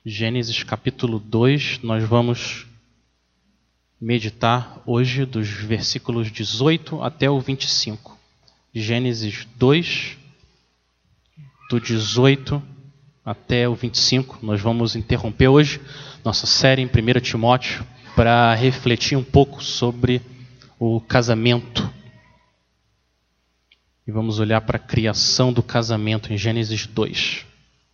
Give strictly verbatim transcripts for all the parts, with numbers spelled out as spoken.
Gênesis capítulo dois, nós vamos meditar hoje dos versículos dezoito até o vinte e cinco. Gênesis dois, do dezoito até o vinte e cinco. Nós vamos interromper hoje nossa série em primeiro Timóteo para refletir um pouco sobre o casamento. E vamos olhar para a criação do casamento em Gênesis dois.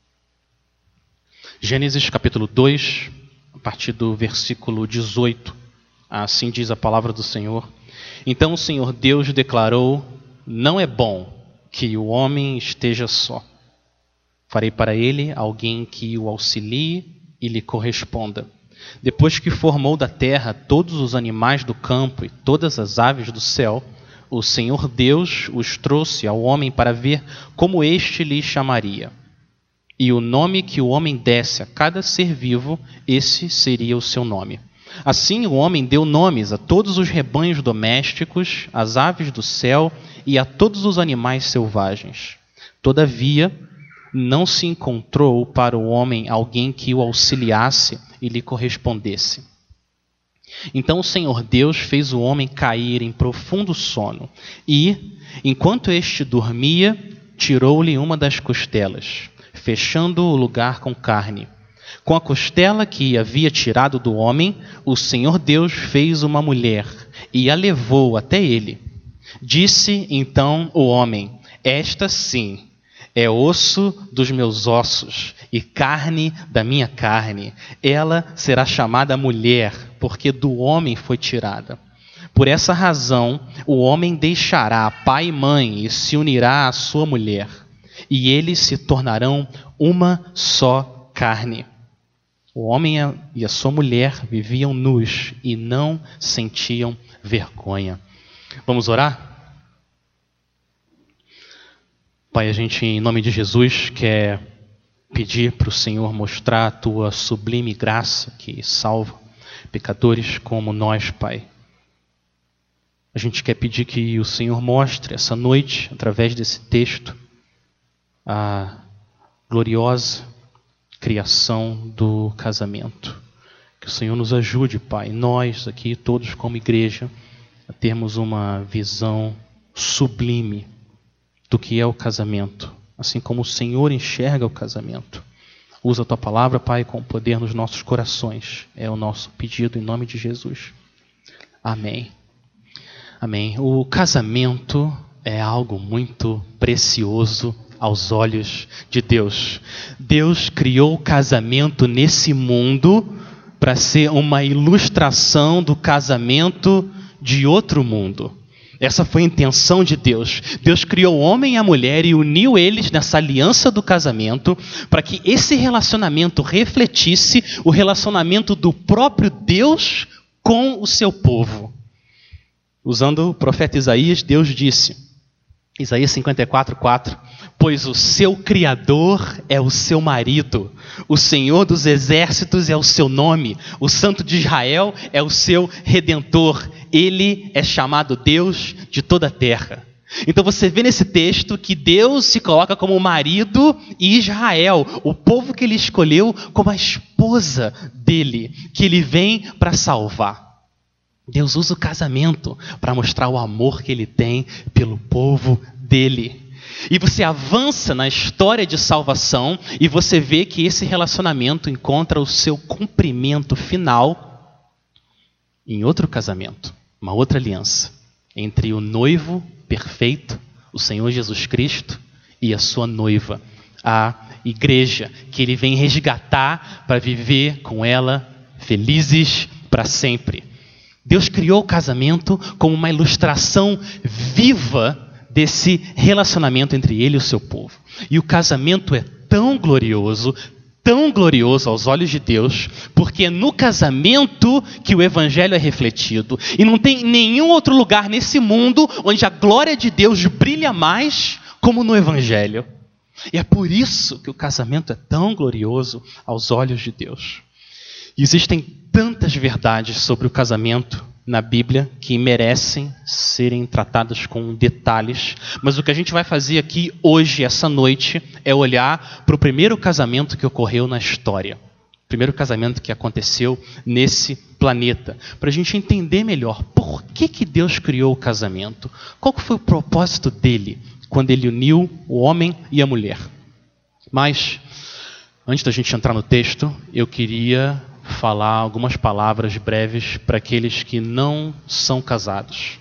Gênesis capítulo dois, a partir do versículo dezoito, assim diz a palavra do Senhor. Então o Senhor Deus declarou: não é bom que o homem esteja só. Farei para ele alguém que o auxilie e lhe corresponda. Depois que formou da terra todos os animais do campo e todas as aves do céu, o Senhor Deus os trouxe ao homem para ver como este lhe chamaria. E o nome que o homem desse a cada ser vivo, esse seria o seu nome. Assim o homem deu nomes a todos os rebanhos domésticos, às aves do céu e a todos os animais selvagens. Todavia, não se encontrou para o homem alguém que o auxiliasse e lhe correspondesse. Então o Senhor Deus fez o homem cair em profundo sono e, enquanto este dormia, tirou-lhe uma das costelas, fechando o lugar com carne. Com a costela que havia tirado do homem, o Senhor Deus fez uma mulher e a levou até ele. Disse então o homem: esta sim é osso dos meus ossos e carne da minha carne. Ela será chamada mulher, porque do homem foi tirada. Por essa razão, o homem deixará pai e mãe e se unirá à sua mulher, e eles se tornarão uma só carne. O homem e a sua mulher viviam nus e não sentiam vergonha. Vamos orar? Pai, a gente, em nome de Jesus, quer pedir para o Senhor mostrar a Tua sublime graça que salva pecadores como nós, Pai. A gente quer pedir que o Senhor mostre essa noite, através desse texto, a gloriosa criação do casamento. Que o Senhor nos ajude, Pai, nós aqui, todos como igreja, a termos uma visão sublime do que é o casamento, assim como o Senhor enxerga o casamento. Usa a Tua palavra, Pai, com poder nos nossos corações. É o nosso pedido em nome de Jesus. Amém. Amém. O casamento é algo muito precioso aos olhos de Deus. Deus criou o casamento nesse mundo para ser uma ilustração do casamento de outro mundo. Essa foi a intenção de Deus. Deus criou o homem e a mulher e uniu eles nessa aliança do casamento para que esse relacionamento refletisse o relacionamento do próprio Deus com o seu povo. Usando o profeta Isaías, Deus disse, Isaías cinquenta e quatro, quatro, pois o seu Criador é o seu marido, o Senhor dos exércitos é o seu nome, o Santo de Israel é o seu Redentor, ele é chamado Deus de toda a terra. Então você vê nesse texto que Deus se coloca como marido e Israel, o povo que ele escolheu, como a esposa dele, que ele vem para salvar. Deus usa o casamento para mostrar o amor que ele tem pelo povo dele. E você avança na história de salvação e você vê que esse relacionamento encontra o seu cumprimento final em outro casamento, uma outra aliança, entre o noivo perfeito, o Senhor Jesus Cristo, e a sua noiva, a igreja, que ele vem resgatar para viver com ela felizes para sempre. Deus criou o casamento como uma ilustração viva desse relacionamento entre ele e o seu povo. E o casamento é tão glorioso, tão glorioso aos olhos de Deus, porque é no casamento que o evangelho é refletido. E não tem nenhum outro lugar nesse mundo onde a glória de Deus brilha mais como no evangelho. E é por isso que o casamento é tão glorioso aos olhos de Deus. E existem tantas verdades sobre o casamento na Bíblia que merecem serem tratadas com detalhes, mas o que a gente vai fazer aqui hoje, essa noite, é olhar para o primeiro casamento que ocorreu na história. Primeiro casamento que aconteceu nesse planeta. Para a gente entender melhor por que, que Deus criou o casamento. Qual que foi o propósito dele quando ele uniu o homem e a mulher. Mas, antes da gente entrar no texto, eu queria falar algumas palavras breves para aqueles que não são casados.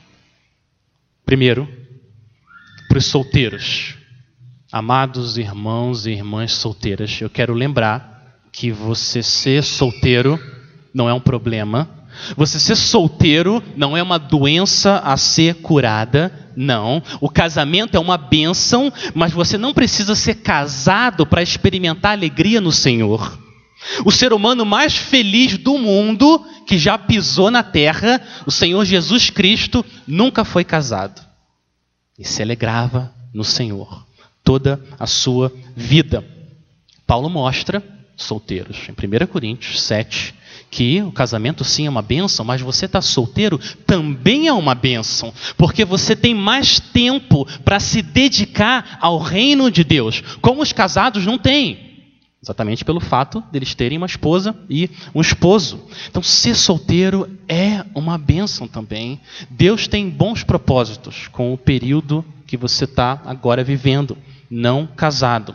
Primeiro, para os solteiros. Amados irmãos e irmãs solteiras, eu quero lembrar que você ser solteiro não é um problema. Você ser solteiro não é uma doença a ser curada. Não. O casamento é uma bênção, mas você não precisa ser casado para experimentar alegria no Senhor. O ser humano mais feliz do mundo que já pisou na terra, o Senhor Jesus Cristo, nunca foi casado. E se alegrava no Senhor toda a sua vida. Paulo mostra, solteiros, em primeira Coríntios sete, que o casamento sim é uma bênção, mas você está solteiro também é uma bênção, porque você tem mais tempo para se dedicar ao reino de Deus, como os casados não têm. Exatamente pelo fato deles terem uma esposa e um esposo. Então, ser solteiro é uma bênção também. Deus tem bons propósitos com o período que você está agora vivendo, não casado.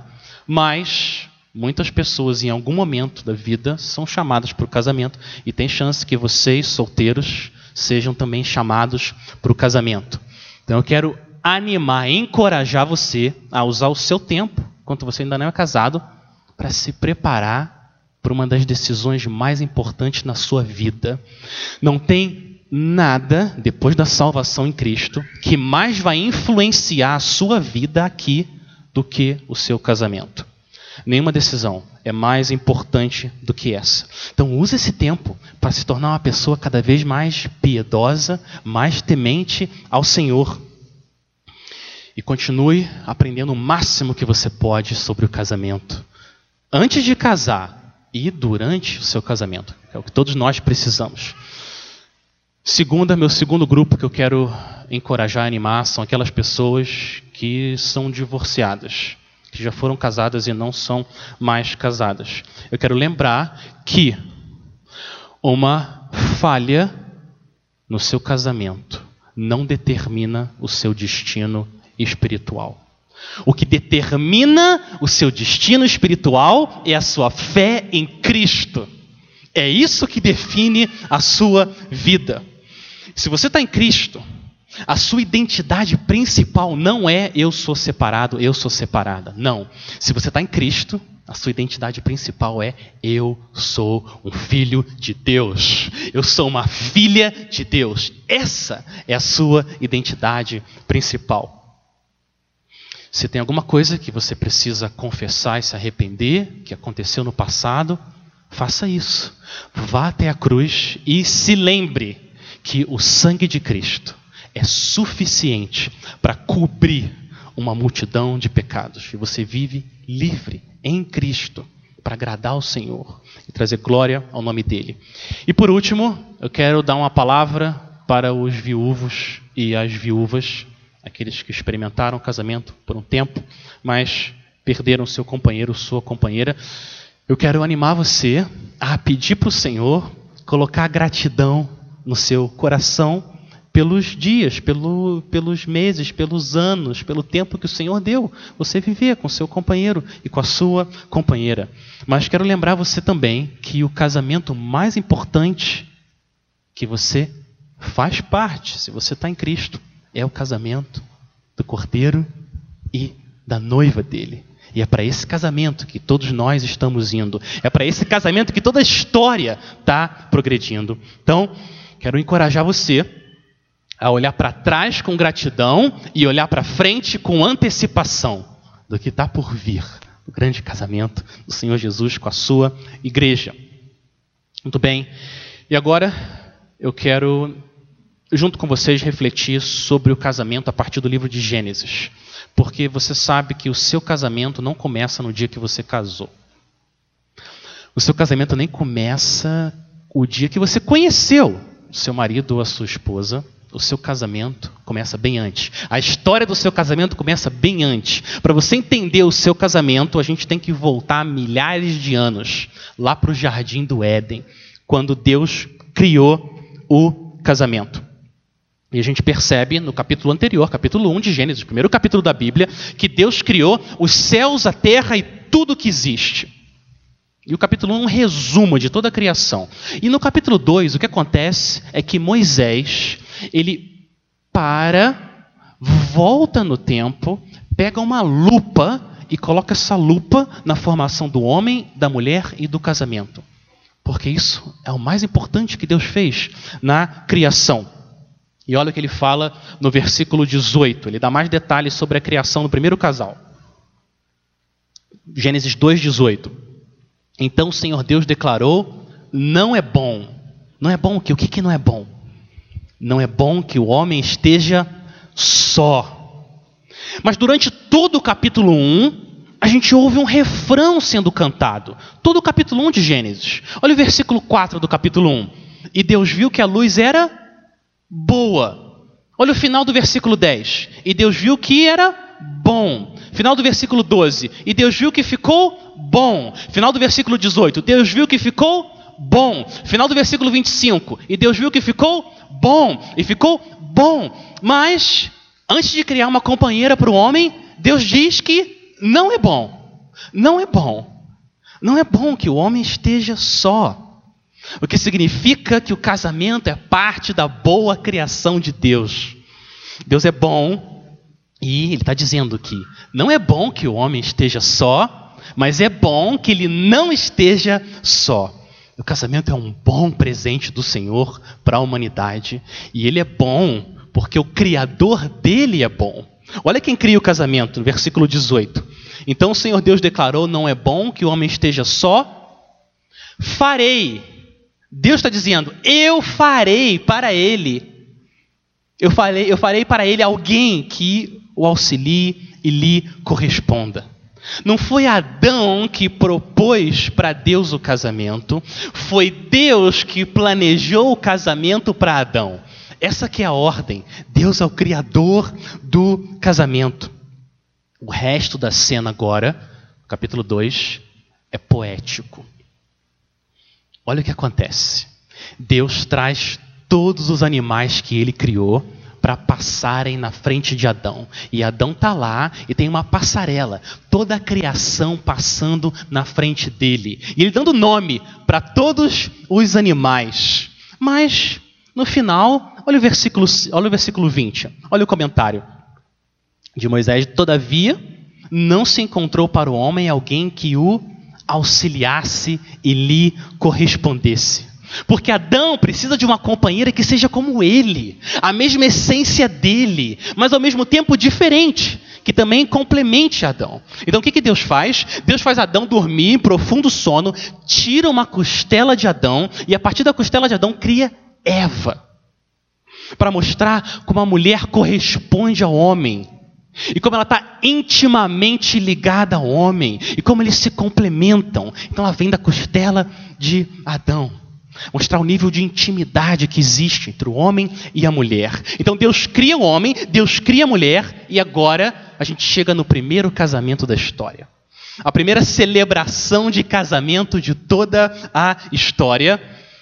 Mas muitas pessoas em algum momento da vida são chamadas para o casamento e tem chance que vocês, solteiros, sejam também chamados para o casamento. Então, eu quero animar, encorajar você a usar o seu tempo, enquanto você ainda não é casado, para se preparar para uma das decisões mais importantes na sua vida. Não tem nada, depois da salvação em Cristo, que mais vai influenciar a sua vida aqui do que o seu casamento. Nenhuma decisão é mais importante do que essa. Então use esse tempo para se tornar uma pessoa cada vez mais piedosa, mais temente ao Senhor. E continue aprendendo o máximo que você pode sobre o casamento. Antes de casar e durante o seu casamento. É o que todos nós precisamos. Segunda, meu segundo grupo que eu quero encorajar, animar, são aquelas pessoas que são divorciadas, que já foram casadas e não são mais casadas. Eu quero lembrar que uma falha no seu casamento não determina o seu destino espiritual. O que determina o seu destino espiritual é a sua fé em Cristo. É isso que define a sua vida. Se você está em Cristo, a sua identidade principal não é eu sou separado, eu sou separada. Não. Se você está em Cristo, a sua identidade principal é eu sou um filho de Deus. Eu sou uma filha de Deus. Essa é a sua identidade principal. Se tem alguma coisa que você precisa confessar e se arrepender, que aconteceu no passado, faça isso. Vá até a cruz e se lembre que o sangue de Cristo é suficiente para cobrir uma multidão de pecados. E você vive livre em Cristo para agradar ao Senhor e trazer glória ao nome dEle. E por último, eu quero dar uma palavra para os viúvos e as viúvas, aqueles que experimentaram o casamento por um tempo, mas perderam seu companheiro, sua companheira. Eu quero animar você a pedir para o Senhor colocar gratidão no seu coração pelos dias, pelo, pelos meses, pelos anos, pelo tempo que o Senhor deu você viver com seu companheiro e com a sua companheira. Mas quero lembrar você também que o casamento mais importante que você faz parte, se você está em Cristo, é o casamento do Cordeiro e da noiva dele. E é para esse casamento que todos nós estamos indo. É para esse casamento que toda a história está progredindo. Então, quero encorajar você a olhar para trás com gratidão e olhar para frente com antecipação do que está por vir. O grande casamento do Senhor Jesus com a sua igreja. Muito bem. E agora eu quero, junto com vocês, refletir sobre o casamento a partir do livro de Gênesis. Porque você sabe que o seu casamento não começa no dia que você casou. O seu casamento nem começa o dia que você conheceu o seu marido ou a sua esposa. o seu casamento começa bem antes. A história do seu casamento começa bem antes. Para você entender o seu casamento, a gente tem que voltar milhares de anos, lá para o Jardim do Éden, quando Deus criou o casamento. E a gente percebe no capítulo anterior, capítulo um de Gênesis, o primeiro capítulo da Bíblia, que Deus criou os céus, a terra e tudo que existe. E o capítulo um é um resumo de toda a criação. E no capítulo dois, o que acontece é que Moisés, ele para, volta no tempo, pega uma lupa e coloca essa lupa na formação do homem, da mulher e do casamento. Porque isso é o mais importante que Deus fez na criação. E olha o que ele fala no versículo dezoito. Ele dá mais detalhes sobre a criação do primeiro casal. Gênesis dois, dezoito. Então o Senhor Deus declarou, não é bom. Não é bom o quê? O que que não é bom? Não é bom que o homem esteja só. Mas durante todo o capítulo um, a gente ouve um refrão sendo cantado. Todo o capítulo um de Gênesis. Olha o versículo quatro do capítulo um. E Deus viu que a luz era boa. Olha o final do versículo dez. E Deus viu que era bom. Final do versículo doze. E Deus viu que ficou bom. Final do versículo dezoito. Deus viu que ficou bom. Final do versículo vinte e cinco. E Deus viu que ficou bom. E ficou bom. Mas, antes de criar uma companheira para o homem, Deus diz que não é bom. Não é bom. Não é bom que o homem esteja só. O que significa que o casamento é parte da boa criação de Deus. Deus é bom e Ele está dizendo que não é bom que o homem esteja só, mas é bom que ele não esteja só. O casamento é um bom presente do Senhor para a humanidade e ele é bom porque o Criador dele é bom. Olha quem cria o casamento, no versículo dezoito. Então o Senhor Deus declarou, não é bom que o homem esteja só, farei. Deus está dizendo, eu farei para ele, eu farei, eu farei para ele alguém que o auxilie e lhe corresponda. Não foi Adão que propôs para Deus o casamento, foi Deus que planejou o casamento para Adão. Essa que é a ordem. Deus é o criador do casamento. O resto da cena agora, capítulo dois, é poético. Olha o que acontece. Deus traz todos os animais que ele criou para passarem na frente de Adão. E Adão está lá e tem uma passarela. Toda a criação passando na frente dele. E ele dando nome para todos os animais. Mas, no final, olha o versículo, olha o versículo vinte. Olha o comentário de Moisés. Todavia, não se encontrou para o homem alguém que o auxiliasse e lhe correspondesse. Porque Adão precisa de uma companheira que seja como ele, a mesma essência dele, mas ao mesmo tempo diferente, que também complemente Adão. Então o que que Deus faz? Deus faz Adão dormir em profundo sono, tira uma costela de Adão e a partir da costela de Adão cria Eva, para mostrar como a mulher corresponde ao homem. E como ela está intimamente ligada ao homem. E como eles se complementam. Então ela vem da costela de Adão. Mostrar o nível de intimidade que existe entre o homem e a mulher. Então Deus cria o homem, Deus cria a mulher. E agora a gente chega no primeiro casamento da história. A primeira celebração de casamento de toda a história.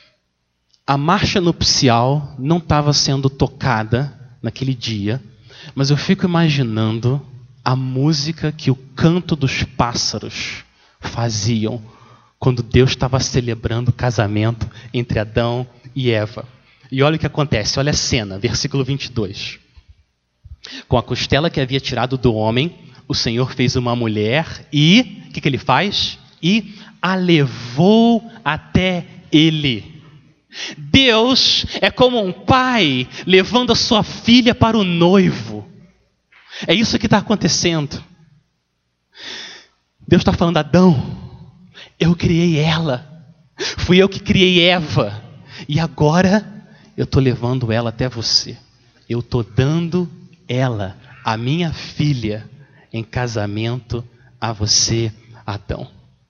A marcha nupcial não estava sendo tocada naquele dia. Mas eu fico imaginando a música que o canto dos pássaros faziam quando Deus estava celebrando o casamento entre Adão e Eva. E olha o que acontece, olha a cena, versículo vinte e dois. Com a costela que havia tirado do homem, o Senhor fez uma mulher e, o que, que ele faz? E a levou até ele. Deus é como um pai levando a sua filha para o noivo. É isso que está acontecendo. Deus está falando, Adão, eu criei ela. Fui eu que criei Eva. E agora eu estou levando ela até você. Eu estou dando ela, a minha filha, em casamento a você, Adão.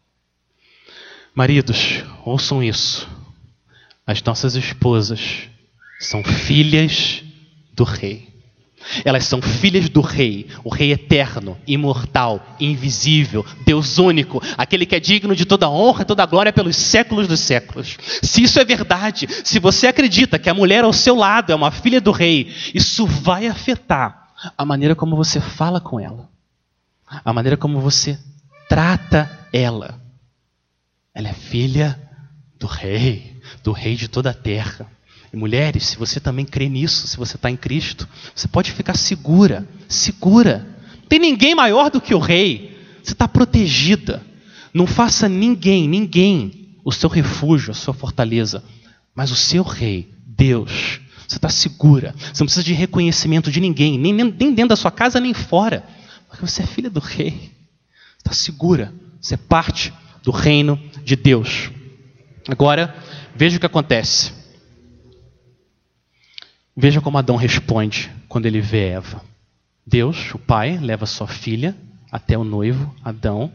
Maridos, ouçam isso. As nossas esposas são filhas do rei. Elas são filhas do rei, o rei eterno, imortal, invisível, Deus único, aquele que é digno de toda honra e toda glória pelos séculos dos séculos. Se isso é verdade, se você acredita que a mulher ao seu lado é uma filha do rei, isso vai afetar a maneira como você fala com ela, a maneira como você trata ela. Ela é filha do rei, do rei de toda a terra. E mulheres, se você também crê nisso, se você está em Cristo, você pode ficar segura, segura. Não tem ninguém maior do que o rei. Você está protegida. Não faça ninguém, ninguém o seu refúgio, a sua fortaleza. Mas o seu rei, Deus, você está segura. Você não precisa de reconhecimento de ninguém, nem, nem dentro da sua casa, nem fora. Porque você é filha do rei. Você está segura. Você é parte do reino de Deus. Agora, veja o que acontece. Veja como Adão responde quando ele vê Eva. Deus, o pai, leva sua filha até o noivo, Adão,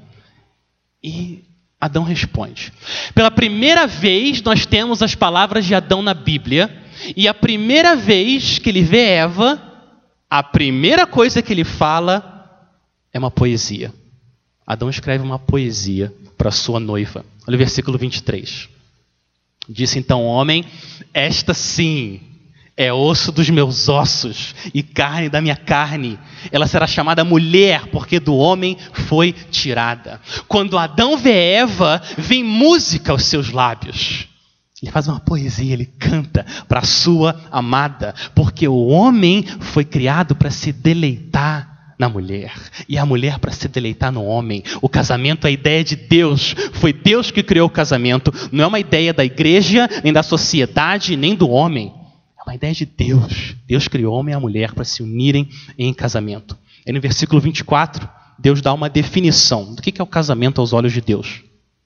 e Adão responde. Pela primeira vez nós temos as palavras de Adão na Bíblia, e a primeira vez que ele vê Eva, a primeira coisa que ele fala é uma poesia. Adão escreve uma poesia para sua noiva. Olha o versículo vinte e três. Disse então o homem: esta sim é osso dos meus ossos e carne da minha carne. Ela será chamada mulher, porque do homem foi tirada. Quando Adão vê Eva, vem música aos seus lábios. Ele faz uma poesia, ele canta para a sua amada, porque o homem foi criado para se deleitar na mulher, e a mulher para se deleitar no homem. O casamento é a ideia de Deus, foi Deus que criou o casamento, não é uma ideia da igreja, nem da sociedade, nem do homem. É uma ideia de Deus. Deus criou o homem e a mulher para se unirem em casamento. E no versículo vinte e quatro, Deus dá uma definição do que é o casamento aos olhos de Deus.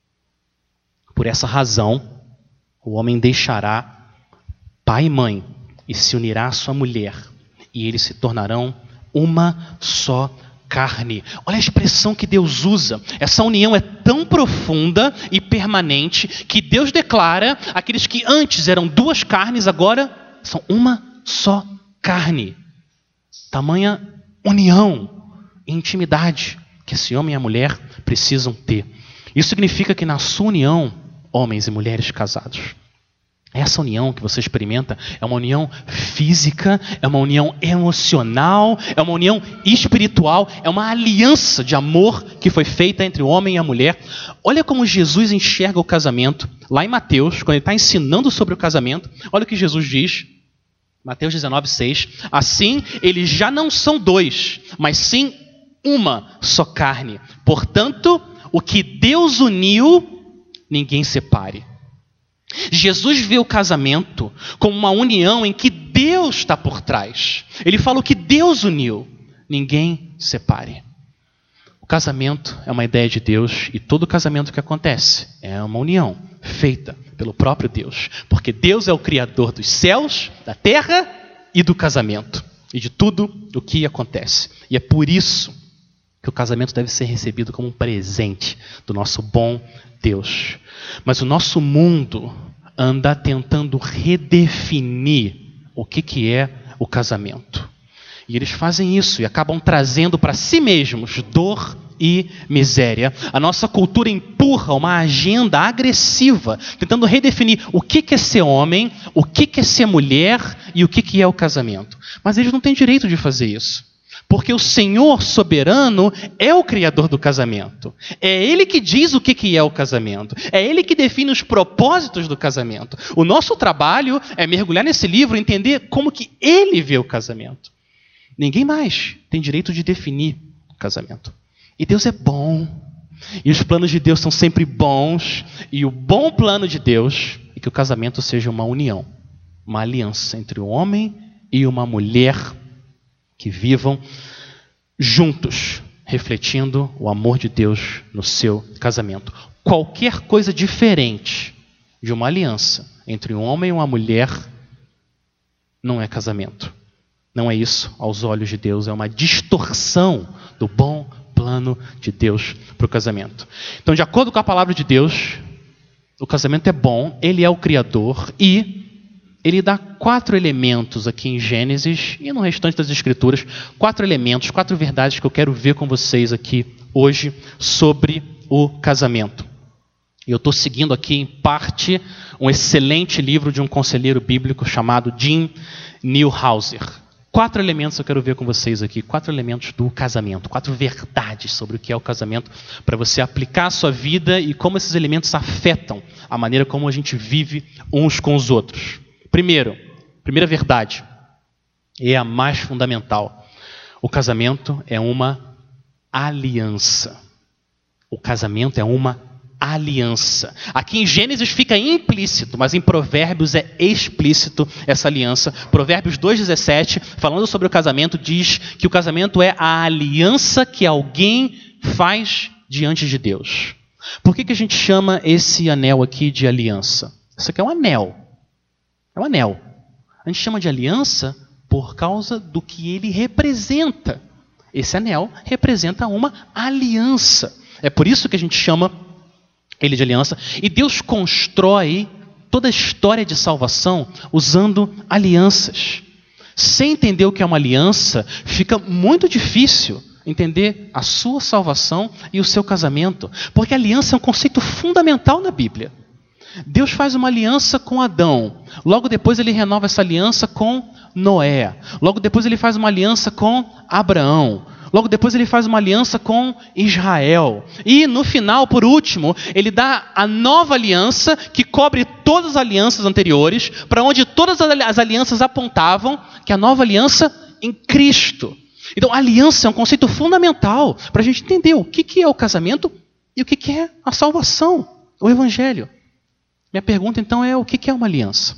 Por essa razão, o homem deixará pai e mãe e se unirá à sua mulher, e eles se tornarão uma só carne. Olha a expressão que Deus usa. Essa união é tão profunda e permanente que Deus declara aqueles que antes eram duas carnes, agora são uma só carne. Tamanha união e intimidade que esse homem e a mulher precisam ter. Isso significa que na sua união, homens e mulheres casados, essa união que você experimenta é uma união física, é uma união emocional, é uma união espiritual, é uma aliança de amor que foi feita entre o homem e a mulher. Olha como Jesus enxerga o casamento. Lá em Mateus, quando ele está ensinando sobre o casamento, olha o que Jesus diz. Mateus dezenove, seis. Assim, eles já não são dois, mas sim uma só carne. Portanto, o que Deus uniu, ninguém separe. Jesus vê o casamento como uma união em que Deus está por trás. Ele fala o que Deus uniu, ninguém separe. O casamento é uma ideia de Deus e todo casamento que acontece é uma união feita pelo próprio Deus. Porque Deus é o Criador dos céus, da terra e do casamento e de tudo o que acontece. E é por isso que o casamento deve ser recebido como um presente do nosso bom Deus. Mas o nosso mundo anda tentando redefinir o que, que é o casamento. E eles fazem isso e acabam trazendo para si mesmos dor e miséria. A nossa cultura empurra uma agenda agressiva, tentando redefinir o que, que é ser homem, o que, que é ser mulher e o que, que é o casamento. Mas eles não têm direito de fazer isso. Porque o Senhor soberano é o criador do casamento. É Ele que diz o que é o casamento. É Ele que define os propósitos do casamento. O nosso trabalho é mergulhar nesse livro e entender como que Ele vê o casamento. Ninguém mais tem direito de definir o casamento. E Deus é bom. E os planos de Deus são sempre bons. E o bom plano de Deus é que o casamento seja uma união, uma aliança entre um homem e uma mulher que vivam juntos, refletindo o amor de Deus no seu casamento. Qualquer coisa diferente de uma aliança entre um homem e uma mulher não é casamento. Não é isso aos olhos de Deus, é uma distorção do bom plano de Deus para o casamento. Então, de acordo com a palavra de Deus, o casamento é bom, Ele é o Criador e ele dá quatro elementos aqui em Gênesis e no restante das Escrituras, quatro elementos, quatro verdades que eu quero ver com vocês aqui hoje sobre o casamento. Eu estou seguindo aqui em parte um excelente livro de um conselheiro bíblico chamado Jim Newhouser. Quatro elementos eu quero ver com vocês aqui, quatro elementos do casamento, quatro verdades sobre o que é o casamento, para você aplicar a sua vida e como esses elementos afetam a maneira como a gente vive uns com os outros. Primeiro, primeira verdade, e é a mais fundamental, o casamento é uma aliança. O casamento é uma aliança. Aqui em Gênesis fica implícito, mas em Provérbios é explícito essa aliança. Provérbios dois, dezessete, falando sobre o casamento, diz que o casamento é a aliança que alguém faz diante de Deus. Por que que a gente chama esse anel aqui de aliança? Isso aqui é um anel. É um anel. A gente chama de aliança por causa do que ele representa. Esse anel representa uma aliança. É por isso que a gente chama ele de aliança. E Deus constrói toda a história de salvação usando alianças. Sem entender o que é uma aliança, fica muito difícil entender a sua salvação e o seu casamento. Porque a aliança é um conceito fundamental na Bíblia. Deus faz uma aliança com Adão. Logo depois ele renova essa aliança com Noé. Logo depois ele faz uma aliança com Abraão. Logo depois ele faz uma aliança com Israel. E no final, por último, ele dá a nova aliança que cobre todas as alianças anteriores, para onde todas as alianças apontavam, que é a nova aliança em Cristo. Então, a aliança é um conceito fundamental para a gente entender o que é o casamento e o que é a salvação, o Evangelho. Minha pergunta, então, é o que é uma aliança?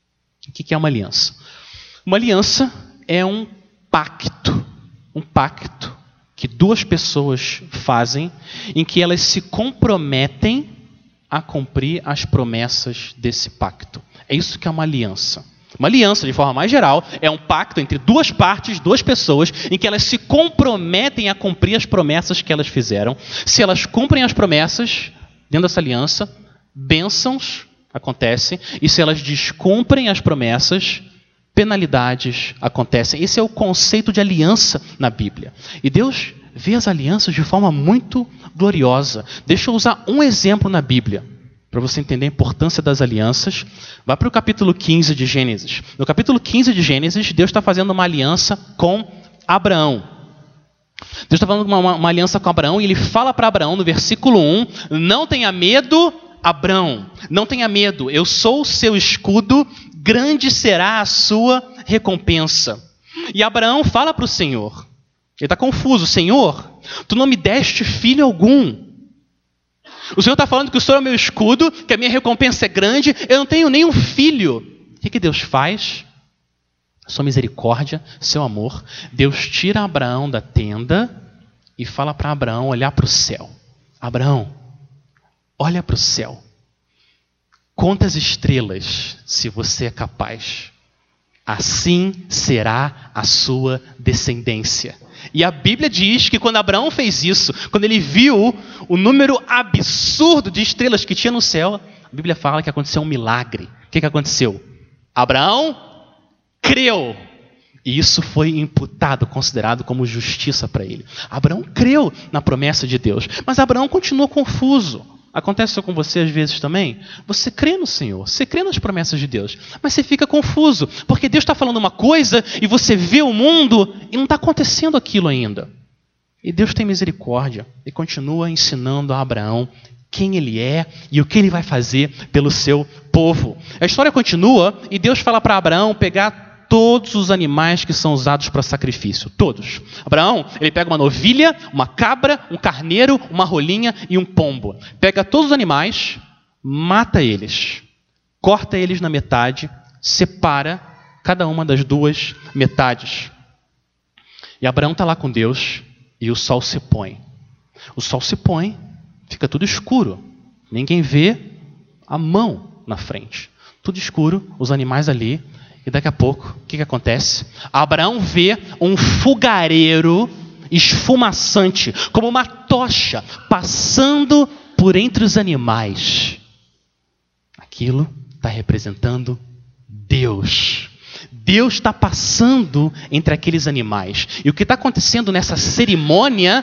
O que é uma aliança? Uma aliança é um pacto. Um pacto que duas pessoas fazem em que elas se comprometem a cumprir as promessas desse pacto. É isso que é uma aliança. Uma aliança, de forma mais geral, é um pacto entre duas partes, duas pessoas, em que elas se comprometem a cumprir as promessas que elas fizeram. Se elas cumprem as promessas dentro dessa aliança, bênçãos acontecem, e se elas descumprem as promessas, penalidades acontecem. Esse é o conceito de aliança na Bíblia. E Deus vê as alianças de forma muito gloriosa. Deixa eu usar um exemplo na Bíblia, para você entender a importância das alianças. Vá para o capítulo quinze de Gênesis. No capítulo quinze de Gênesis, Deus está fazendo uma aliança com Abraão. Deus está falando uma, uma, uma aliança com Abraão, e ele fala para Abraão no versículo um, não tenha medo, Abraão, não tenha medo, eu sou o seu escudo, grande será a sua recompensa. E Abraão fala para o Senhor, ele está confuso, Senhor, tu não me deste filho algum. O Senhor está falando que o Senhor é o meu escudo, que a minha recompensa é grande, eu não tenho nenhum filho. O que, que Deus faz? Sua misericórdia, seu amor, Deus tira Abraão da tenda e fala para Abraão olhar para o céu. Abraão, olha para o céu. Conta as estrelas, se você é capaz. Assim será a sua descendência. E a Bíblia diz que quando Abraão fez isso, quando ele viu o número absurdo de estrelas que tinha no céu, a Bíblia fala que aconteceu um milagre. O que, que aconteceu? Abraão creu. E isso foi imputado, considerado como justiça para ele. Abraão creu na promessa de Deus. Mas Abraão continuou confuso. Acontece isso com você às vezes também? Você crê no Senhor, você crê nas promessas de Deus, mas você fica confuso, porque Deus está falando uma coisa e você vê o mundo e não está acontecendo aquilo ainda. E Deus tem misericórdia e continua ensinando a Abraão quem ele é e o que ele vai fazer pelo seu povo. A história continua e Deus fala para Abraão pegar todos os animais que são usados para sacrifício, todos. Abraão, ele pega uma novilha, uma cabra, um carneiro, uma rolinha e um pombo. Pega todos os animais, mata eles, corta eles na metade, separa cada uma das duas metades. E Abraão está lá com Deus e o sol se põe. O sol se põe, fica tudo escuro, ninguém vê a mão na frente. Tudo escuro, os animais ali. E daqui a pouco, o que, que acontece? Abraão vê um fogareiro esfumaçante, como uma tocha, passando por entre os animais. Aquilo está representando Deus. Deus está passando entre aqueles animais. E o que está acontecendo nessa cerimônia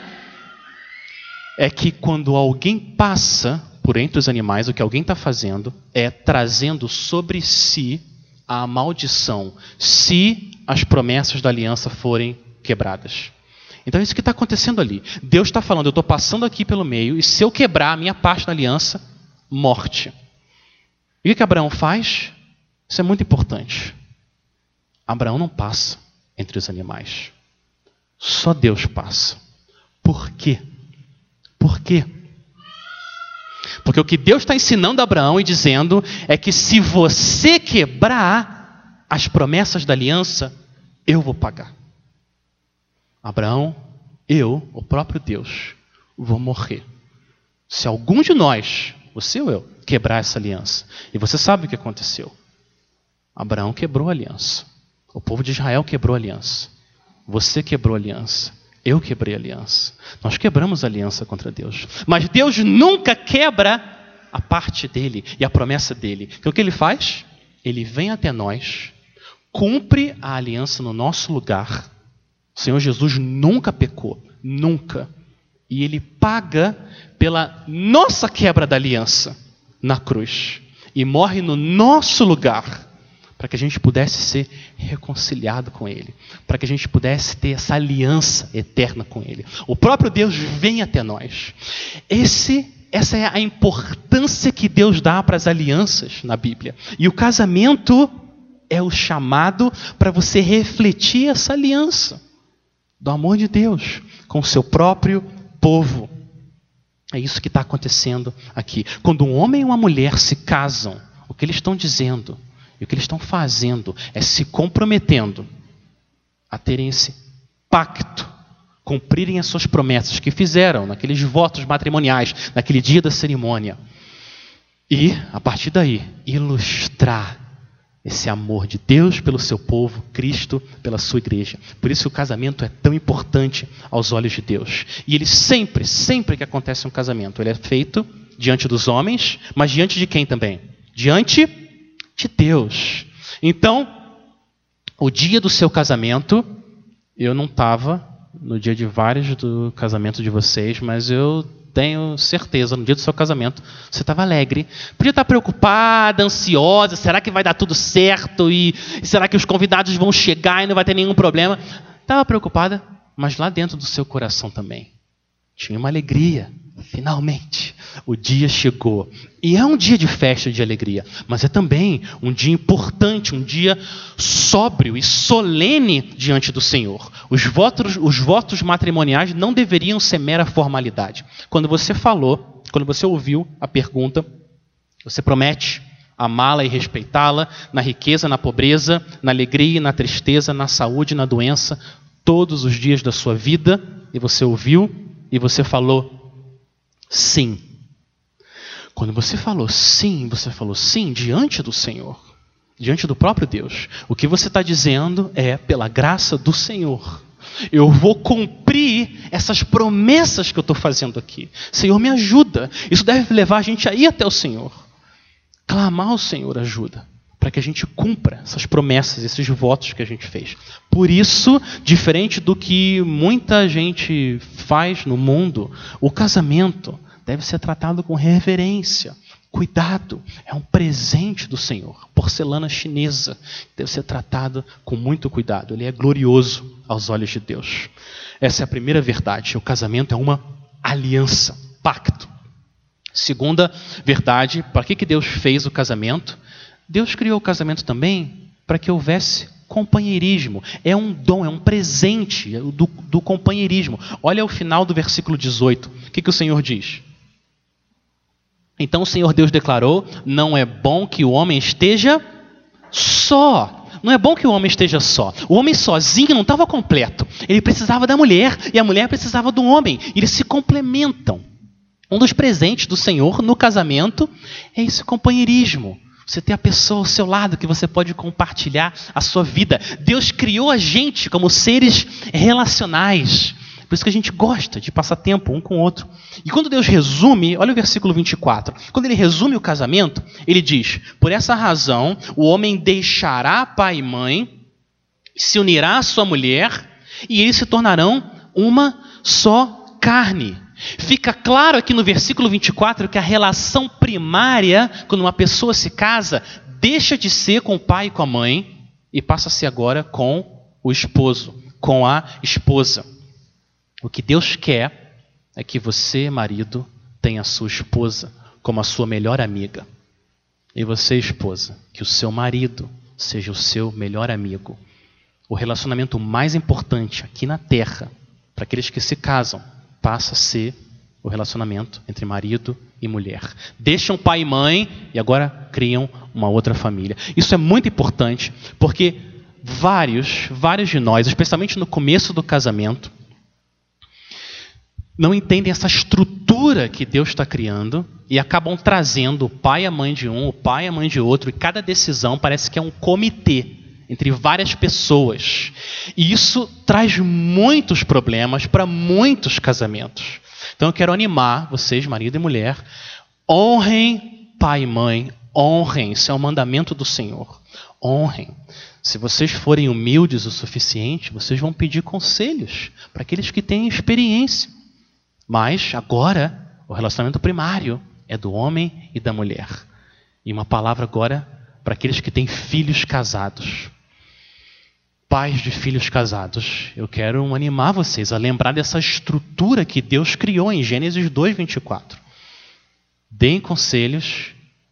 é que quando alguém passa por entre os animais, o que alguém está fazendo é trazendo sobre si a maldição, se as promessas da aliança forem quebradas. Então é isso que está acontecendo ali. Deus está falando, eu estou passando aqui pelo meio, e se eu quebrar a minha parte da aliança, morte. E o que Abraão faz? Isso é muito importante. Abraão não passa entre os animais. Só Deus passa. Por quê? Por quê? Porque o que Deus está ensinando a Abraão e dizendo é que se você quebrar as promessas da aliança, eu vou pagar. Abraão, eu, o próprio Deus, vou morrer. Se algum de nós, você ou eu, quebrar essa aliança. E você sabe o que aconteceu. Abraão quebrou a aliança. O povo de Israel quebrou a aliança. Você quebrou a aliança. Eu quebrei a aliança. Nós quebramos a aliança contra Deus. Mas Deus nunca quebra a parte dele e a promessa dele. Então o que ele faz? Ele vem até nós, cumpre a aliança no nosso lugar. O Senhor Jesus nunca pecou. Nunca. E ele paga pela nossa quebra da aliança na cruz. E morre no nosso lugar. Para que a gente pudesse ser reconciliado com Ele. Para que a gente pudesse ter essa aliança eterna com Ele. O próprio Deus vem até nós. Esse, essa é a importância que Deus dá para as alianças na Bíblia. E o casamento é o chamado para você refletir essa aliança do amor de Deus com o seu próprio povo. É isso que está acontecendo aqui. Quando um homem e uma mulher se casam, o que eles estão dizendo? E o que eles estão fazendo é se comprometendo a terem esse pacto, cumprirem as suas promessas que fizeram naqueles votos matrimoniais, naquele dia da cerimônia. E, a partir daí, ilustrar esse amor de Deus pelo seu povo, Cristo pela sua igreja. Por isso o casamento é tão importante aos olhos de Deus. E ele sempre, sempre que acontece um casamento, ele é feito diante dos homens, mas diante de quem também? Diante de Deus. Então, o dia do seu casamento, eu não estava no dia de vários do casamento de vocês, mas eu tenho certeza, no dia do seu casamento, você estava alegre. Podia estar preocupada, ansiosa, será que vai dar tudo certo? E, e será que os convidados vão chegar e não vai ter nenhum problema? Estava preocupada, mas lá dentro do seu coração também tinha uma alegria. Finalmente, o dia chegou. E é um dia de festa, de alegria, mas é também um dia importante, um dia sóbrio e solene diante do Senhor. Os votos, os votos matrimoniais não deveriam ser mera formalidade. Quando você falou, quando você ouviu a pergunta, você promete amá-la e respeitá-la na riqueza, na pobreza, na alegria, na tristeza, na saúde, na doença, todos os dias da sua vida. E você ouviu e você falou sim. Quando você falou sim, você falou sim diante do Senhor, diante do próprio Deus. O que você está dizendo é, pela graça do Senhor, eu vou cumprir essas promessas que eu estou fazendo aqui. Senhor, me ajuda. Isso deve levar a gente a ir até o Senhor. Clamar ao Senhor ajuda, para que a gente cumpra essas promessas, esses votos que a gente fez. Por isso, diferente do que muita gente faz no mundo, o casamento deve ser tratado com reverência, cuidado. É um presente do Senhor, porcelana chinesa, deve ser tratado com muito cuidado. Ele é glorioso aos olhos de Deus. Essa é a primeira verdade. O casamento é uma aliança, pacto. Segunda verdade, para que que Deus fez o casamento? Deus criou o casamento também para que houvesse companheirismo. É um dom, é um presente do, do companheirismo. Olha o final do versículo dezoito. O que que o Senhor diz? Então o Senhor Deus declarou, não é bom que o homem esteja só. Não é bom que o homem esteja só. O homem sozinho não estava completo. Ele precisava da mulher e a mulher precisava do homem. Eles se complementam. Um dos presentes do Senhor no casamento é esse companheirismo. Você tem a pessoa ao seu lado que você pode compartilhar a sua vida. Deus criou a gente como seres relacionais. Por isso que a gente gosta de passar tempo um com o outro. E quando Deus resume, olha o versículo vinte e quatro. Quando ele resume o casamento, ele diz: por essa razão, o homem deixará pai e mãe, se unirá à sua mulher, e eles se tornarão uma só carne. Fica claro aqui no versículo vinte e quatro que a relação primária, quando uma pessoa se casa, deixa de ser com o pai e com a mãe e passa a ser agora com o esposo, com a esposa. O que Deus quer é que você, marido, tenha a sua esposa como a sua melhor amiga. E você, esposa, que o seu marido seja o seu melhor amigo. O relacionamento mais importante aqui na terra, para aqueles que se casam, passa a ser o relacionamento entre marido e mulher. Deixam pai e mãe e agora criam uma outra família. Isso é muito importante porque vários, vários de nós, especialmente no começo do casamento, não entendem essa estrutura que Deus está criando e acabam trazendo o pai e a mãe de um, o pai e a mãe de outro, e cada decisão parece que é um comitê entre várias pessoas. E isso traz muitos problemas para muitos casamentos. Então eu quero animar vocês, marido e mulher, honrem pai e mãe, honrem, isso é um mandamento do Senhor, honrem. Se vocês forem humildes o suficiente, vocês vão pedir conselhos para aqueles que têm experiência. Mas agora, o relacionamento primário é do homem e da mulher. E uma palavra agora para aqueles que têm filhos casados. Pais de filhos casados, eu quero animar vocês a lembrar dessa estrutura que Deus criou em Gênesis dois, vinte e quatro. Deem conselhos,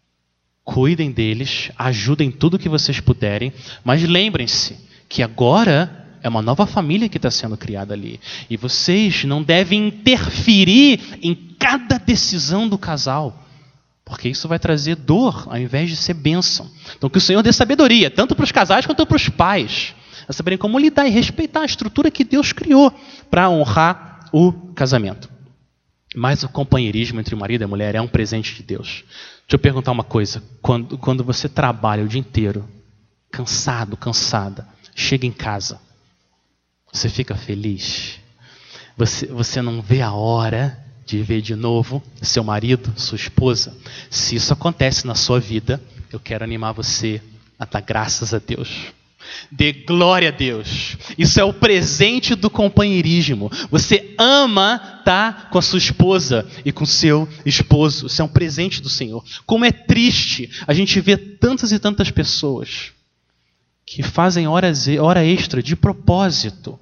cuidem deles, ajudem tudo que vocês puderem, mas lembrem-se que agora é uma nova família que está sendo criada ali. E vocês não devem interferir em cada decisão do casal, porque isso vai trazer dor ao invés de ser bênção. Então que o Senhor dê sabedoria, tanto para os casais quanto para os pais, a saberem como lidar e respeitar a estrutura que Deus criou para honrar o casamento. Mas o companheirismo entre o marido e a mulher é um presente de Deus. Deixa eu perguntar uma coisa. Quando, quando você trabalha o dia inteiro, cansado, cansada, chega em casa, você fica feliz? Você, você não vê a hora de ver de novo seu marido, sua esposa? Se isso acontece na sua vida, eu quero animar você a dar graças a Deus. Dê glória a Deus. Isso é o presente do companheirismo. Você ama estar com a sua esposa e com o seu esposo. Isso é um presente do Senhor. Como é triste a gente ver tantas e tantas pessoas que fazem horas, hora extra de propósito,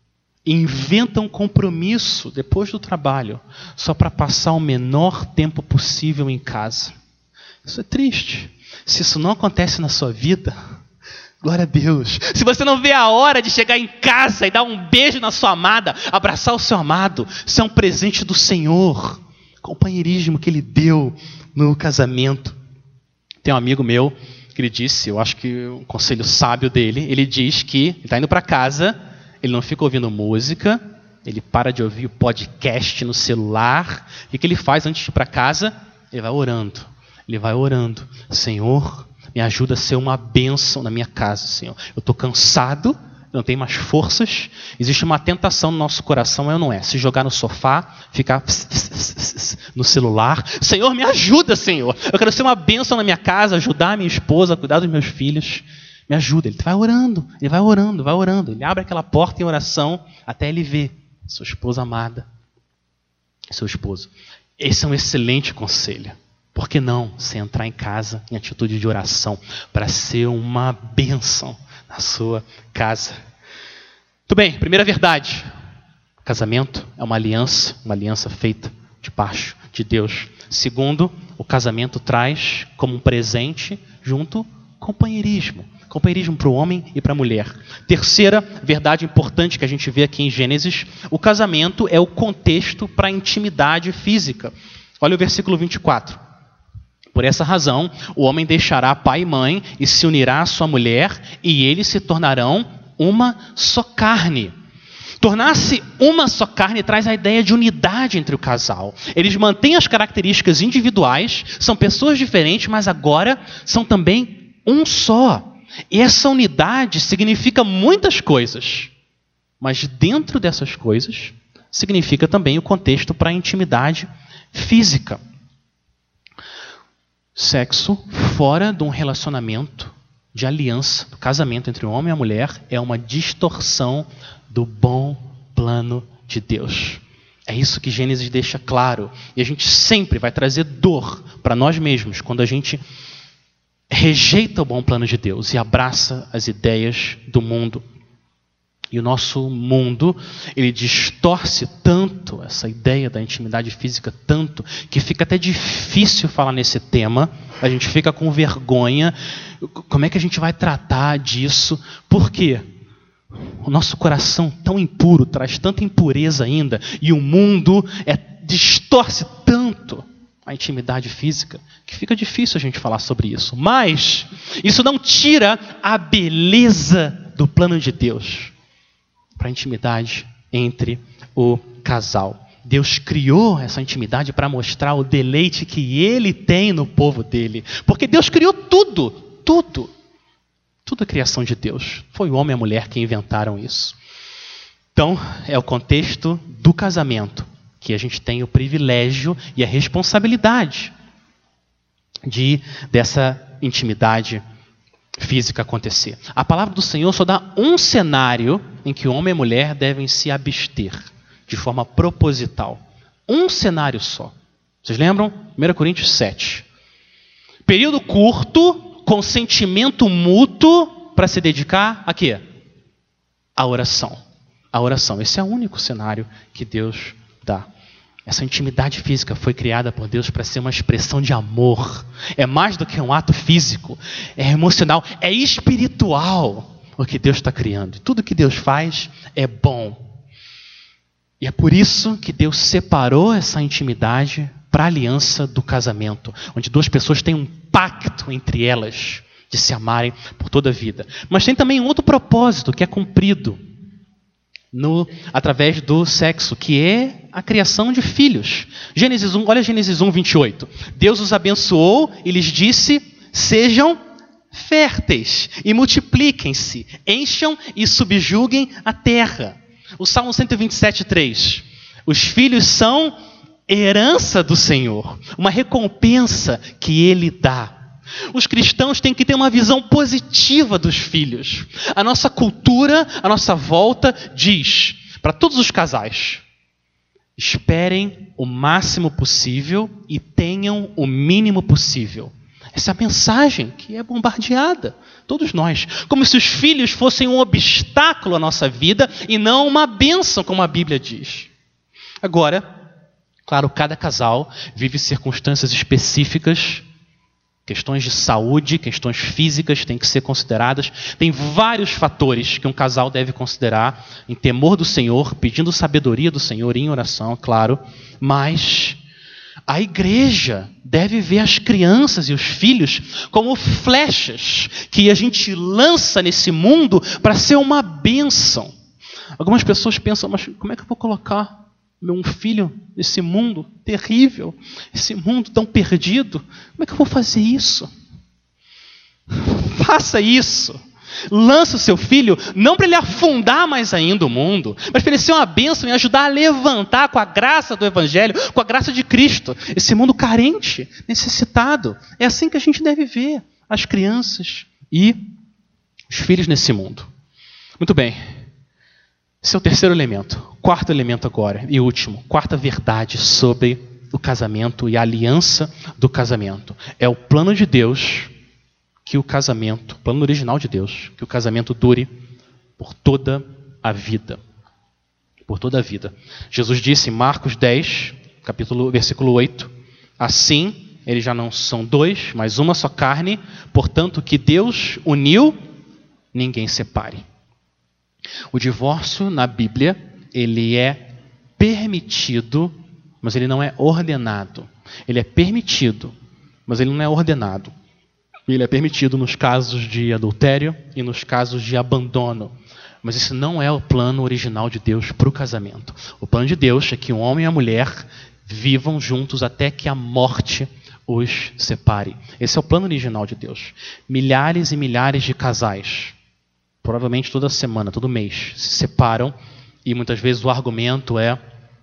inventam compromisso depois do trabalho só para passar o menor tempo possível em casa. Isso é triste. Se isso não acontece na sua vida, glória a Deus. Se você não vê a hora de chegar em casa e dar um beijo na sua amada, abraçar o seu amado, isso é um presente do Senhor. Companheirismo que Ele deu no casamento. Tem um amigo meu que ele disse, eu acho que um conselho sábio dele, ele diz que ele está indo para casa, ele não fica ouvindo música, ele para de ouvir o podcast no celular. E o que ele faz antes de ir para casa? Ele vai orando. Ele vai orando. Senhor, me ajuda a ser uma bênção na minha casa, Senhor. Eu estou cansado, não tenho mais forças. Existe uma tentação no nosso coração, é ou não é? Se jogar no sofá, ficar no celular. Senhor, me ajuda, Senhor. Eu quero ser uma bênção na minha casa, ajudar a minha esposa, a cuidar dos meus filhos. Me ajuda. Ele vai orando, ele vai orando, vai orando. Ele abre aquela porta em oração até ele ver sua esposa amada, seu esposo. Esse é um excelente conselho. Por que não você entrar em casa em atitude de oração para ser uma bênção na sua casa? Muito bem, primeira verdade. Casamento é uma aliança, uma aliança feita debaixo de Deus. Segundo, o casamento traz como um presente junto companheirismo. Companheirismo para o homem e para a mulher. Terceira verdade importante que a gente vê aqui em Gênesis, o casamento é o contexto para a intimidade física. Olha o versículo vinte e quatro. Por essa razão, o homem deixará pai e mãe e se unirá à sua mulher, e eles se tornarão uma só carne. Tornar-se uma só carne traz a ideia de unidade entre o casal. Eles mantêm as características individuais, são pessoas diferentes, mas agora são também um só. E essa unidade significa muitas coisas. Mas dentro dessas coisas, significa também o contexto para a intimidade física. Sexo fora de um relacionamento de aliança, do casamento entre o homem e a mulher, é uma distorção do bom plano de Deus. É isso que Gênesis deixa claro. E a gente sempre vai trazer dor para nós mesmos quando a gente rejeita o bom plano de Deus e abraça as ideias do mundo. E o nosso mundo, ele distorce tanto essa ideia da intimidade física, tanto, que fica até difícil falar nesse tema. A gente fica com vergonha. Como é que a gente vai tratar disso? Por quê? O nosso coração tão impuro traz tanta impureza ainda, e o mundo é, distorce tanto a intimidade física, que fica difícil a gente falar sobre isso. Mas isso não tira a beleza do plano de Deus para a intimidade entre o casal. Deus criou essa intimidade para mostrar o deleite que Ele tem no povo dele. Porque Deus criou tudo, tudo. Tudo é criação de Deus. Foi o homem e a mulher que inventaram isso. Então, é o contexto do casamento que a gente tem o privilégio e a responsabilidade de dessa intimidade física acontecer. A palavra do Senhor só dá um cenário em que o homem e a mulher devem se abster de forma proposital. Um cenário só. Vocês lembram? primeira Coríntios sete. Período curto, consentimento mútuo para se dedicar a quê? A oração. A oração. Esse é o único cenário que Deus dá. Essa intimidade física foi criada por Deus para ser uma expressão de amor. É mais do que um ato físico. É emocional. É espiritual o que Deus está criando. Tudo que Deus faz é bom. E é por isso que Deus separou essa intimidade para a aliança do casamento, onde duas pessoas têm um pacto entre elas de se amarem por toda a vida. Mas tem também um outro propósito que é cumprido no, através do sexo, que é a criação de filhos. Gênesis um, olha Gênesis um, vinte e oito. Deus os abençoou e lhes disse: sejam férteis e multipliquem-se, encham e subjuguem a terra. O Salmo cento e vinte e sete, três. Os filhos são herança do Senhor, uma recompensa que Ele dá. Os cristãos têm que ter uma visão positiva dos filhos. A nossa cultura, a nossa volta diz para todos os casais: esperem o máximo possível e tenham o mínimo possível. Essa é a mensagem que é bombardeada, todos nós. Como se os filhos fossem um obstáculo à nossa vida e não uma bênção, como a Bíblia diz. Agora, claro, cada casal vive circunstâncias específicas, questões de saúde, questões físicas têm que ser consideradas. Tem vários fatores que um casal deve considerar em temor do Senhor, pedindo sabedoria do Senhor em oração, claro. Mas a igreja deve ver as crianças e os filhos como flechas que a gente lança nesse mundo para ser uma bênção. Algumas pessoas pensam: mas como é que eu vou colocar meu filho nesse mundo terrível, esse mundo tão perdido? Como é que eu vou fazer isso? Faça isso. Lança o seu filho, não para ele afundar mais ainda o mundo, mas para ele ser uma bênção e ajudar a levantar com a graça do Evangelho, com a graça de Cristo, esse mundo carente, necessitado. É assim que a gente deve ver as crianças e os filhos nesse mundo. Muito bem. Esse é o terceiro elemento. Quarto elemento agora, e último. Quarta verdade sobre o casamento e a aliança do casamento. É o plano de Deus que o casamento, o plano original de Deus, que o casamento dure por toda a vida. Por toda a vida. Jesus disse em Marcos dez, capítulo, versículo oito, assim, eles já não são dois, mas uma só carne, portanto, que Deus uniu, ninguém separe. O divórcio na Bíblia, ele é permitido, mas ele não é ordenado. Ele é permitido, mas ele não é ordenado. Ele é permitido nos casos de adultério e nos casos de abandono. Mas esse não é o plano original de Deus para o casamento. O plano de Deus é que um homem e a mulher vivam juntos até que a morte os separe. Esse é o plano original de Deus. Milhares e milhares de casais, provavelmente toda semana, todo mês, se separam, e muitas vezes o argumento é: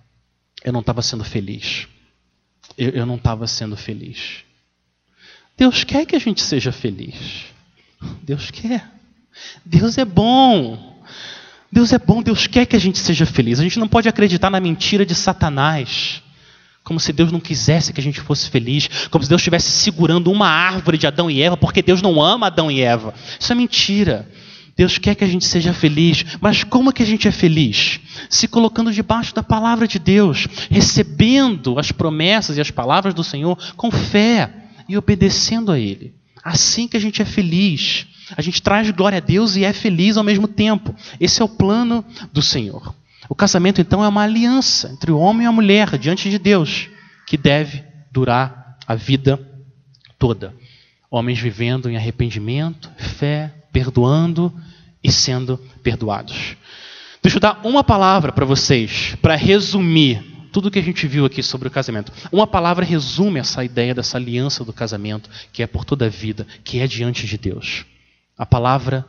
eu não estava sendo feliz. Eu, eu não estava sendo feliz. Deus quer que a gente seja feliz. Deus quer. Deus é bom. Deus é bom, Deus quer que a gente seja feliz. A gente não pode acreditar na mentira de Satanás. Como se Deus não quisesse que a gente fosse feliz. Como se Deus estivesse segurando uma árvore de Adão e Eva, porque Deus não ama Adão e Eva. Isso é mentira. Deus quer que a gente seja feliz. Mas como que a gente é feliz? Se colocando debaixo da palavra de Deus. Recebendo as promessas e as palavras do Senhor com fé. E obedecendo a Ele. Assim que a gente é feliz. A gente traz glória a Deus e é feliz ao mesmo tempo. Esse é o plano do Senhor. O casamento, então, é uma aliança entre o homem e a mulher diante de Deus, que deve durar a vida toda. Homens vivendo em arrependimento, fé, perdoando e sendo perdoados. Deixa eu dar uma palavra para vocês, para resumir tudo que a gente viu aqui sobre o casamento. Uma palavra resume essa ideia dessa aliança do casamento, que é por toda a vida, que é diante de Deus. A palavra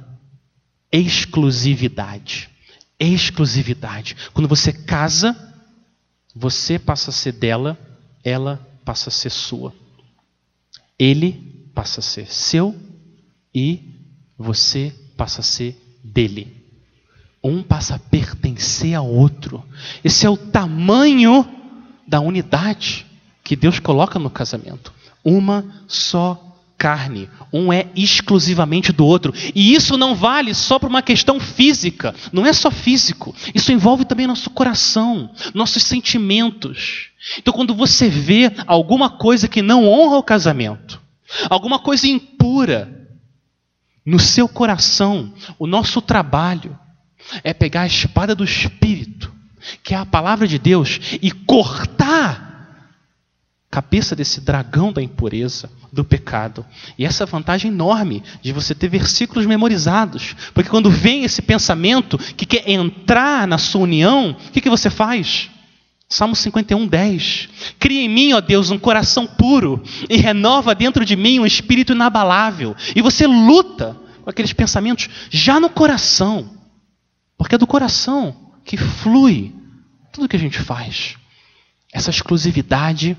exclusividade. Exclusividade. Quando você casa, você passa a ser dela, ela passa a ser sua. Ele passa a ser seu e você passa a ser dele. Um passa a pertencer ao outro. Esse é o tamanho da unidade que Deus coloca no casamento. Uma só carne. Um é exclusivamente do outro. E isso não vale só para uma questão física. Não é só físico. Isso envolve também nosso coração, nossos sentimentos. Então, quando você vê alguma coisa que não honra o casamento, alguma coisa impura no seu coração, o nosso trabalho é pegar a espada do Espírito, que é a palavra de Deus, e cortar a cabeça desse dragão da impureza, do pecado. E essa vantagem enorme de você ter versículos memorizados, porque quando vem esse pensamento que quer entrar na sua união, o que, que você faz? Salmo cinquenta e um, dez. Cria em mim, ó Deus, um coração puro e renova dentro de mim um espírito inabalável. E você luta com aqueles pensamentos já no coração. Porque é do coração que flui tudo que a gente faz. Essa exclusividade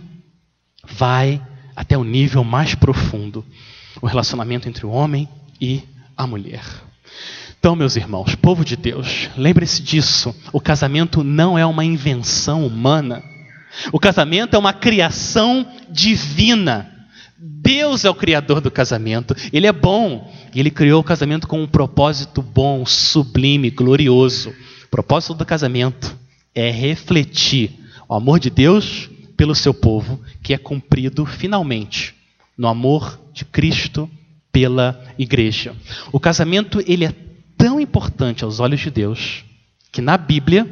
vai até o nível mais profundo. O relacionamento entre o homem e a mulher. Então, meus irmãos, povo de Deus, lembre-se disso. O casamento não é uma invenção humana. O casamento é uma criação divina. Deus é o criador do casamento. Ele é bom. E Ele criou o casamento com um propósito bom, sublime, glorioso. O propósito do casamento é refletir o amor de Deus pelo seu povo, que é cumprido finalmente no amor de Cristo pela igreja. O casamento, ele é tão importante aos olhos de Deus, que na Bíblia,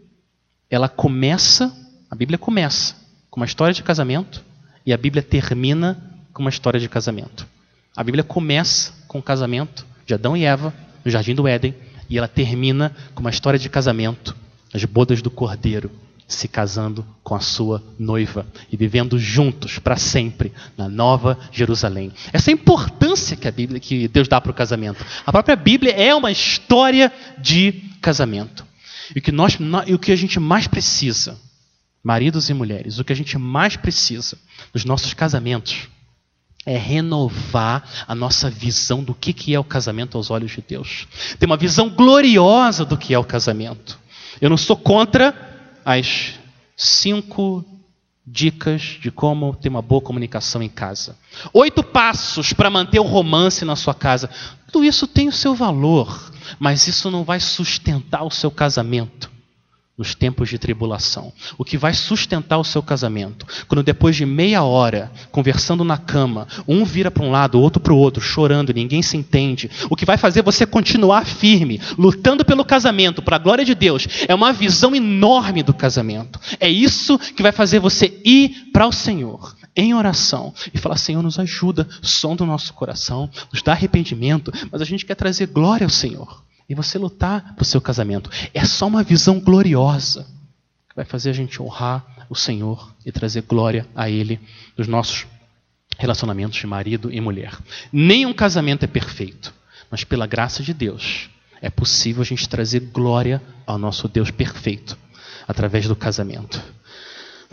ela começa, a Bíblia começa com uma história de casamento e a Bíblia termina com uma história de casamento. A Bíblia começa com o casamento de Adão e Eva no Jardim do Éden e ela termina com uma história de casamento, as bodas do Cordeiro, se casando com a sua noiva e vivendo juntos para sempre na Nova Jerusalém. Essa é a importância que a Bíblia, que Deus dá para o casamento. A própria Bíblia é uma história de casamento. E o que nós, e o que a gente mais precisa, maridos e mulheres, o que a gente mais precisa nos nossos casamentos é renovar a nossa visão do que que é o casamento aos olhos de Deus. Ter uma visão gloriosa do que é o casamento. Eu não sou contra as cinco dicas de como ter uma boa comunicação em casa. Oito passos para manter o romance na sua casa. Tudo isso tem o seu valor, mas isso não vai sustentar o seu casamento nos tempos de tribulação. O que vai sustentar o seu casamento, quando depois de meia hora, conversando na cama, um vira para um lado, o outro para o outro, chorando, ninguém se entende, o que vai fazer você continuar firme, lutando pelo casamento, para a glória de Deus, é uma visão enorme do casamento. É isso que vai fazer você ir para o Senhor, em oração, e falar: Senhor, nos ajuda, sonda o nosso coração, nos dá arrependimento, mas a gente quer trazer glória ao Senhor. E você lutar para o seu casamento. É só uma visão gloriosa que vai fazer a gente honrar o Senhor e trazer glória a Ele nos nossos relacionamentos de marido e mulher. Nenhum casamento é perfeito, mas pela graça de Deus é possível a gente trazer glória ao nosso Deus perfeito através do casamento.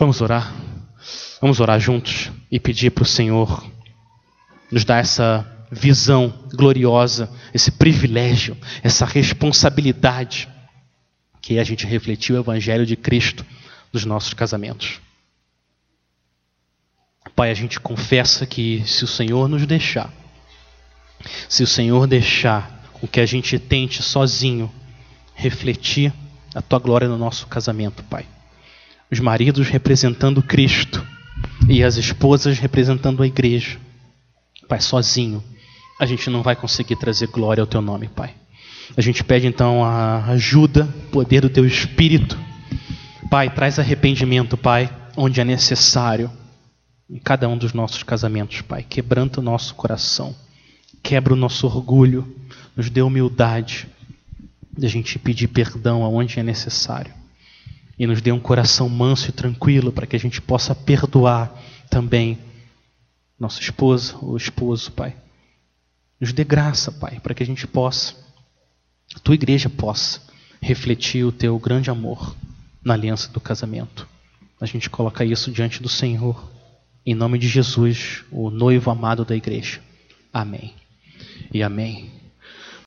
Vamos orar? Vamos orar juntos e pedir para o Senhor nos dar essa visão gloriosa, esse privilégio, essa responsabilidade que é a gente refletir o Evangelho de Cristo nos nossos casamentos. Pai, a gente confessa que se o Senhor nos deixar, se o Senhor deixar com que a gente tente sozinho refletir a Tua glória no nosso casamento, Pai. Os maridos representando Cristo e as esposas representando a igreja. Pai, sozinho a gente não vai conseguir trazer glória ao Teu nome, Pai. A gente pede então a ajuda, o poder do Teu Espírito. Pai, traz arrependimento, Pai, onde é necessário, em cada um dos nossos casamentos, Pai. Quebranta o nosso coração, quebra o nosso orgulho, nos dê humildade de a gente pedir perdão aonde é necessário. E nos dê um coração manso e tranquilo para que a gente possa perdoar também nossa esposa ou esposo, Pai. Nos dê graça, Pai, para que a gente possa, a Tua igreja possa refletir o Teu grande amor na aliança do casamento. A gente coloca isso diante do Senhor, em nome de Jesus, o noivo amado da igreja. Amém e amém.